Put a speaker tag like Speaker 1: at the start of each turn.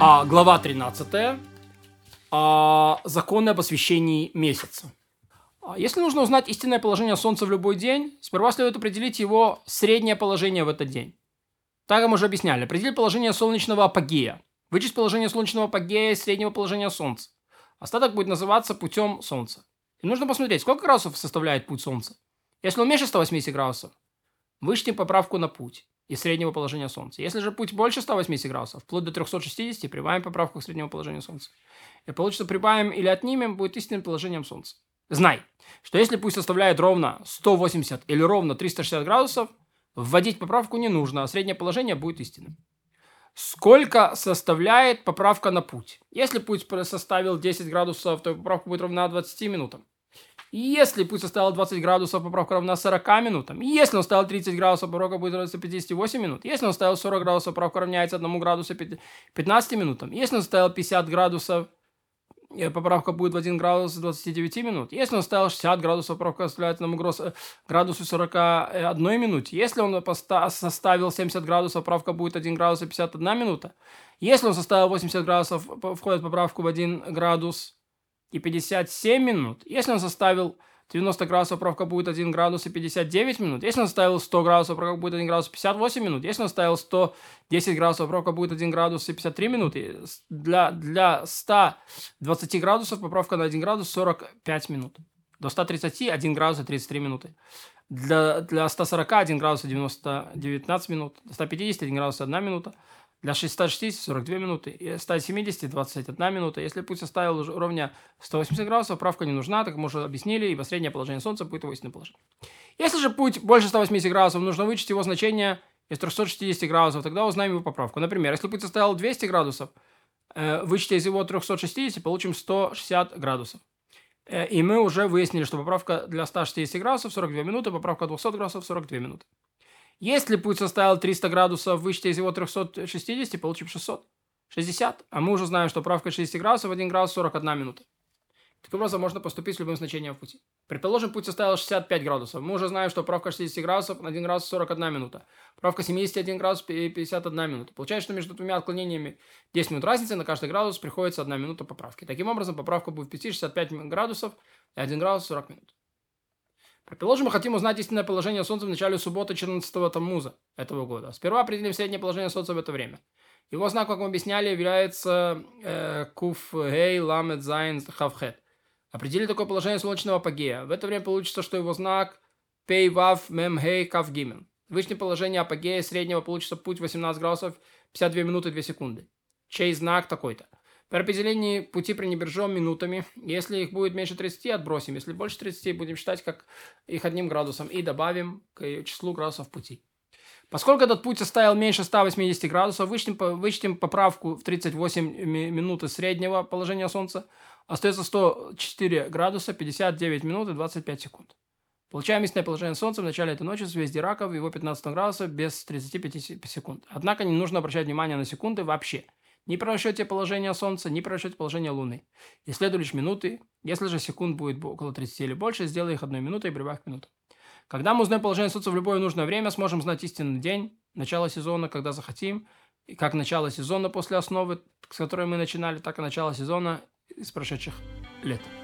Speaker 1: Глава 13. Законы об освещении месяца. Если нужно узнать истинное положение Солнца в любой день, сперва следует определить его среднее положение в этот день. Так мы уже объясняли. Определить положение солнечного апогея. Вычесть положение солнечного апогея из среднего положения Солнца. Остаток будет называться путем Солнца. И нужно посмотреть, сколько градусов составляет путь Солнца. Если он меньше 180 градусов, вычтем поправку на путь из среднего положения Солнца. Если же путь больше 180 градусов, вплоть до 360, прибавим поправку к среднему положению Солнца. И получится, прибавим или отнимем, будет истинным положением Солнца. Знай, что если путь составляет ровно 180 или ровно 360 градусов, вводить поправку не нужно, а среднее положение будет истинным. Сколько составляет поправка на путь? Если путь составил 10 градусов, то поправка будет равна 20 минутам. Если путь составил 20 градусов, поправка равна 40 минутам. Если он ставил 30 градусов, поправка будет равна 58 минут. Если он ставил 40 градусов, поправка равняется 1 градусу 15 минутам. Если он ставил 50 градусов, поправка будет в 1 градус 29 минут. Если он ставил 60 градусов, поправка составляет 1 градусу 41 минуте. Если он составил 70 градусов, поправка будет 1 градус 51 минута. Если он составил 80 градусов, входит поправку в 1 градус и 57 минут. Если он составил 90 градусов, поправка будет 1 градус и 59 минут. Если он ставил 100 градусов, поправка будет 1 градус и 58 минут. Если он ставил 110 градусов, поправка будет 1 градус и 53 минуты. Для 120 градусов поправка на 1 градус 45 минут. До 130 1 градус и 33 минуты. Для 140 1 градус и 19 минут. До 150 1 градус и 1 минута. Для 160 42 минуты, и 170 21 минута. Если путь составил ровня 180 градусов, поправка не нужна, так мы уже объяснили, ибо среднее положение Солнца будет его истинное положение. Если же путь больше 180 градусов, нужно вычесть его значение из 360 градусов, тогда узнаем его поправку. Например, если путь составил 200 градусов, вычтя из его 360, получим 160 градусов. И мы уже выяснили, что поправка для 160 градусов 42 минуты, поправка 200 градусов 42 минуты. Если путь составил 300 градусов, вычтя из его 360, получим 660. А мы уже знаем, что поправка 60 градусов 1 градус 41 минута. Таким образом, можно поступить с любым значением в пути. Предположим, путь составил 65 градусов. Мы уже знаем, что поправка 60 градусов 1 градус 41 минута. Поправка 71 градус 51 минута. Получается, что между двумя отклонениями 10 минут разницы, на каждый градус приходится 1 минута поправки. Таким образом, поправка будет в 65 градусов и 1 градус 40 минут. Предположим, мы хотим узнать истинное положение Солнца в начале субботы 14-го Таммуза этого года. Сперва определим среднее положение Солнца в это время. Его знак, как мы объясняли, является Куф Гей Ламед Зайн Хавхет. Определили такое положение солнечного апогея. В это время получится, что его знак Пей Вав Мем Гей Кав Гимен. Вычтем положение апогея среднего, получится путь 18 градусов 52 минуты 2 секунды. Чей знак такой-то. При определении пути пренебрежем минутами. Если их будет меньше 30, отбросим. Если больше 30, будем считать как их 1 градусом и добавим к числу градусов пути. Поскольку этот путь составил меньше 180 градусов, вычтем поправку в 38 минут из среднего положения Солнца. Остается 104 градуса, 59 минут и 25 секунд. Получаем истинное положение Солнца в начале этой ночи в созвездии Рака в его 15 градуса без 35 секунд. Однако не нужно обращать внимание на секунды вообще. Ни при расчете положения Солнца, ни при расчете положения Луны. Исследуй лишь минуты. Если же секунд будет около 30 или больше, сделай их 1 минутой и прибавь к минутам. Когда мы узнаем положение Солнца в любое нужное время, сможем знать истинный день, начало сезона, когда захотим, и как начало сезона после основы, с которой мы начинали, так и начало сезона из прошедших лет.